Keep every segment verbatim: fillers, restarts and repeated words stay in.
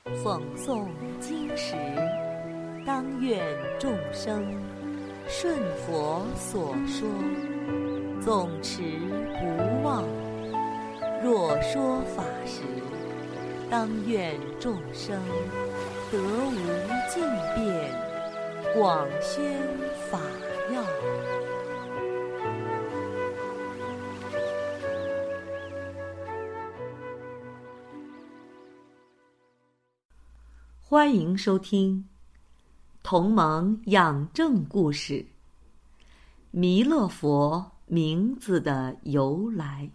讽诵经史，当愿众生顺佛所说，总持不忘。若说法时，当愿众生得无尽变，广宣法要。欢迎收听同盟养正故事，弥勒佛名字的由来。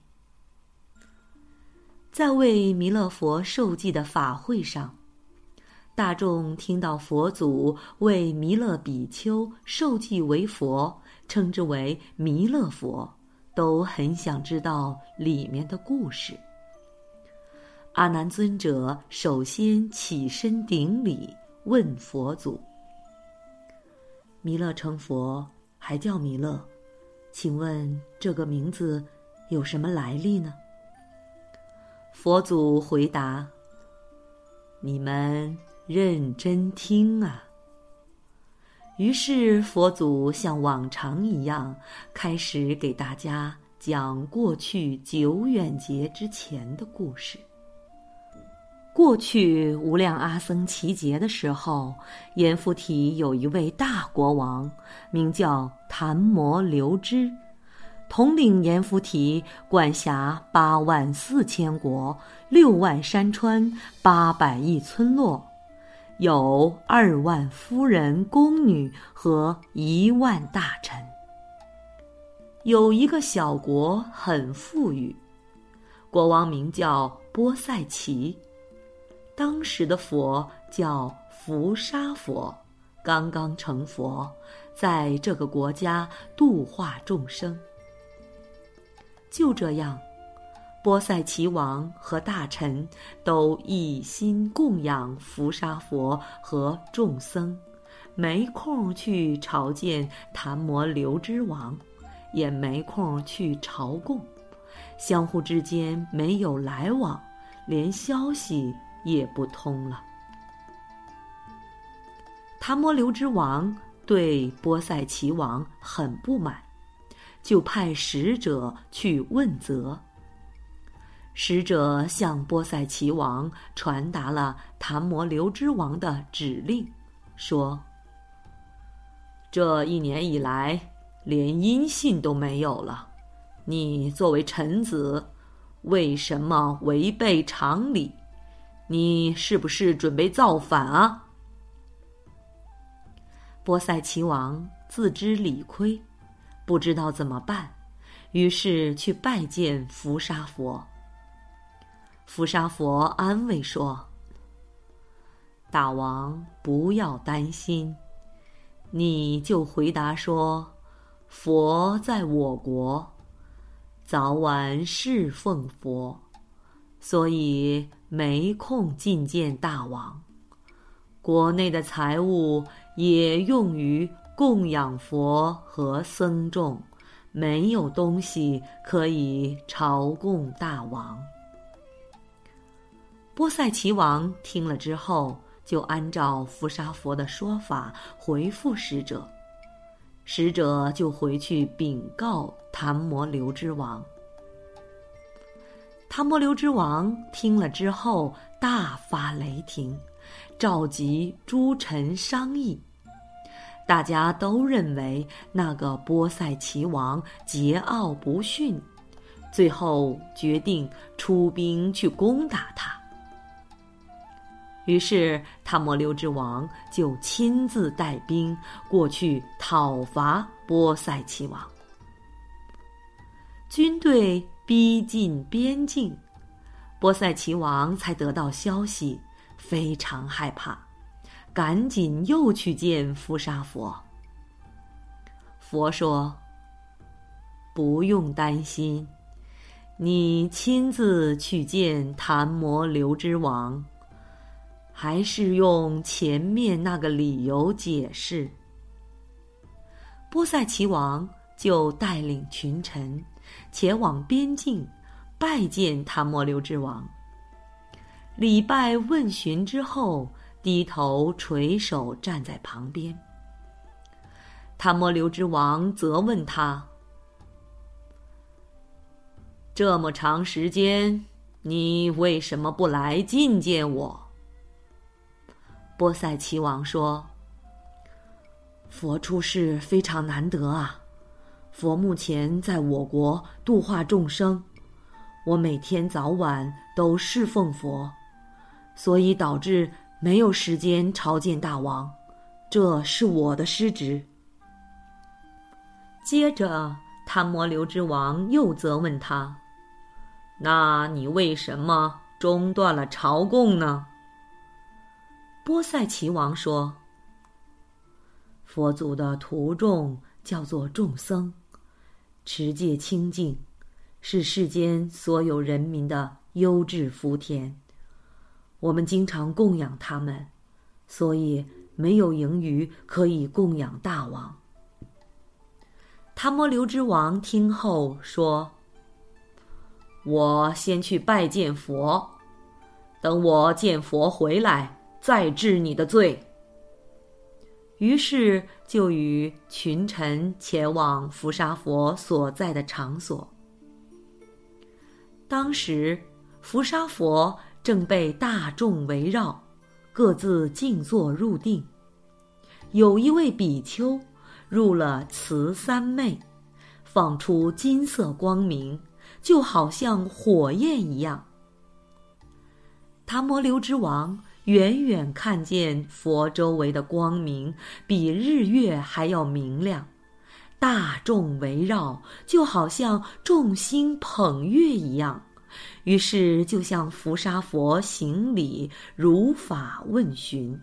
在为弥勒佛受记的法会上，大众听到佛祖为弥勒比丘受记为佛，称之为弥勒佛，都很想知道里面的故事。阿难尊者首先起身顶礼，问佛祖：弥勒成佛，还叫弥勒，请问这个名字有什么来历呢？佛祖回答：你们认真听啊。于是佛祖像往常一样，开始给大家讲过去久远劫之前的故事。过去无量阿僧祇劫的时候，阎浮提有一位大国王，名叫昙摩留支，统领阎浮提，管辖八万四千国，六万山川，八百亿村落，有二万夫人宫女和一万大臣。有一个小国很富裕，国王名叫波塞奇。当时的佛叫伏沙佛，刚刚成佛，在这个国家度化众生。就这样，波塞奇王和大臣都一心供养伏沙佛和众僧，没空去朝见昙摩留支王，也没空去朝贡，相互之间没有来往，连消息也不通了。昙摩留支王对波塞奇王很不满，就派使者去问责。使者向波塞奇王传达了昙摩留支王的指令，说：这一年以来，连音信都没有了，你作为臣子，为什么违背常理？你是不是准备造反啊？波塞奇王自知理亏，不知道怎么办，于是去拜见伏沙佛。伏沙佛安慰说：大王不要担心，你就回答说，佛在我国，早晚侍奉佛，所以没空觐见大王，国内的财物也用于供养佛和僧众，没有东西可以朝贡大王。波塞奇王听了之后，就按照伏沙佛的说法回复使者，使者就回去禀告昙摩留支王。昙摩留支王听了之后大发雷霆，召集诸臣商议。大家都认为那个波塞奇王桀骜不驯，最后决定出兵去攻打他。于是昙摩留支王就亲自带兵过去讨伐波塞奇王。军队逼近边境，波塞奇王才得到消息，非常害怕，赶紧又去见伏沙佛。佛说：不用担心，你亲自去见昙摩留支王，还是用前面那个理由解释。波塞奇王就带领群臣前往边境拜见昙摩留支王。 礼拜问询之后，低头垂手站在旁边。昙摩流之王责问他：这么长时间，你为什么不来觐见我？波塞齐王说：佛出世非常难得啊，佛目前在我国度化众生，我每天早晚都侍奉佛，所以导致没有时间朝见大王，这是我的失职。接着昙摩流之王又责问他：那你为什么中断了朝贡呢？波塞齐王说：佛祖的徒众叫做众僧，持戒清净，是世间所有人民的优质福田，我们经常供养他们，所以没有盈余可以供养大王。昙摩流之王听后说：我先去拜见佛，等我见佛回来再治你的罪。于是就与群臣前往伏沙佛所在的场所。当时伏沙佛正被大众围绕，各自静坐入定。有一位比丘入了慈三昧，放出金色光明，就好像火焰一样。昙摩流之王远远看见佛周围的光明比日月还要明亮，大众围绕，就好像众星捧月一样，于是就向伏沙佛行礼，如法问询。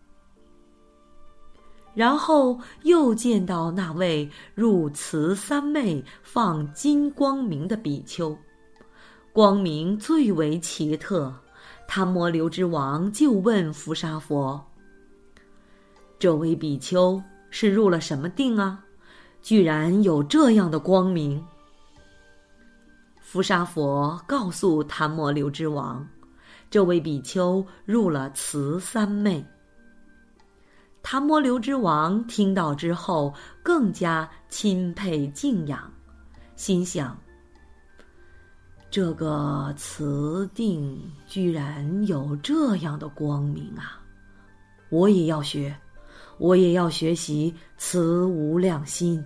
然后又见到那位入慈三昧放金光明的比丘，光明最为奇特。昙摩流之王就问伏沙佛：这位比丘是入了什么定啊？居然有这样的光明。伏沙佛告诉昙摩流之王，这位比丘入了慈三昧。昙摩流之王听到之后更加钦佩敬仰，心想：这个慈定居然有这样的光明啊！我也要学，我也要学习慈无量心。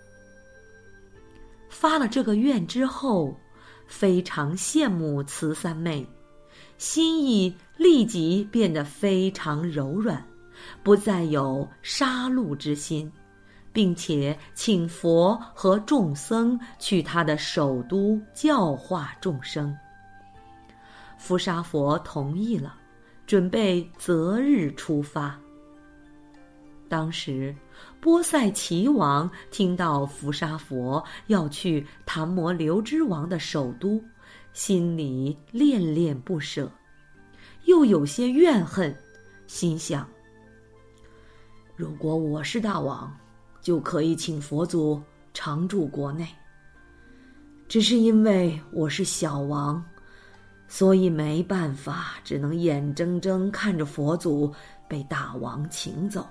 发了这个愿之后，非常羡慕慈三昧，心意立即变得非常柔软，不再有杀戮之心，并且请佛和众僧去他的首都教化众生。伏沙佛同意了，准备择日出发。当时波塞齐王听到伏沙佛要去昙摩流之王的首都，心里恋恋不舍，又有些怨恨，心想：如果我是大王，就可以请佛祖常驻国内。只是因为我是小王，所以没办法，只能眼睁睁看着佛祖被大王请走。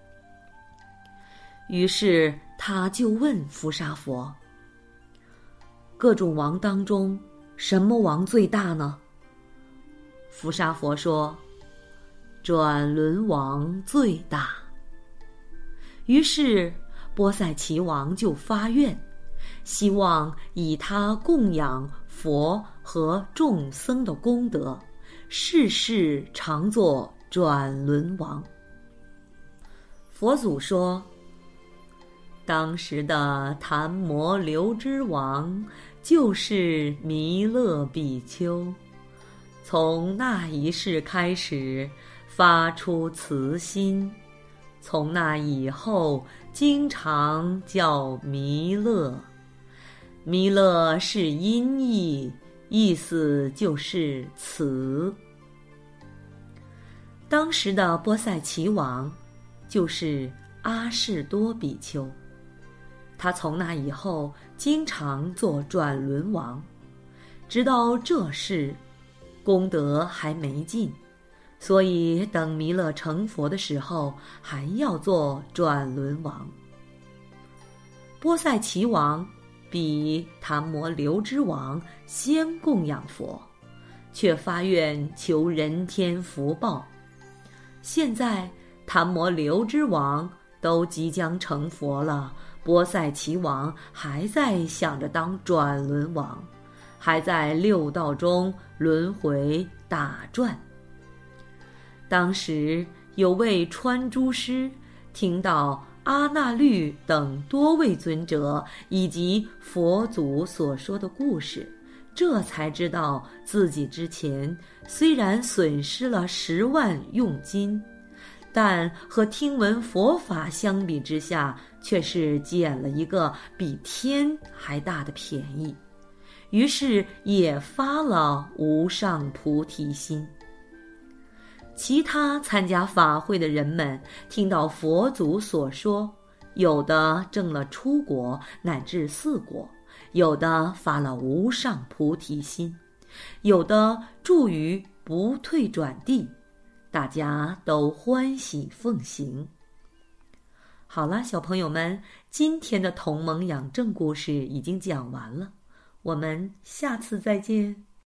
于是他就问伏沙佛：各种王当中，什么王最大呢？伏沙佛说：转轮王最大。于是波塞齐王就发愿，希望以他供养佛和众僧的功德，世世常做转轮王。佛祖说：当时的昙摩流之王就是弥勒比丘，从那一世开始发出慈心，从那以后经常叫弥勒。弥勒是音译，意思就是慈。当时的波塞齐王就是阿士多比丘，他从那以后经常做转轮王，直到这世功德还没尽，所以等弥勒成佛的时候，还要做转轮王。波塞齐王比昙摩留支王先供养佛，却发愿求人天福报。现在昙摩留支王都即将成佛了，波塞齐王还在想着当转轮王，还在六道中轮回打转。当时有位穿珠师听到阿那律等多位尊者以及佛祖所说的故事，这才知道自己之前虽然损失了十万用金，但和听闻佛法相比之下，却是捡了一个比天还大的便宜，于是也发了无上菩提心。其他参加法会的人们听到佛祖所说，有的证了出国乃至四国，有的发了无上菩提心，有的住于不退转地，大家都欢喜奉行。好了，小朋友们，今天的同盟养正故事已经讲完了，我们下次再见。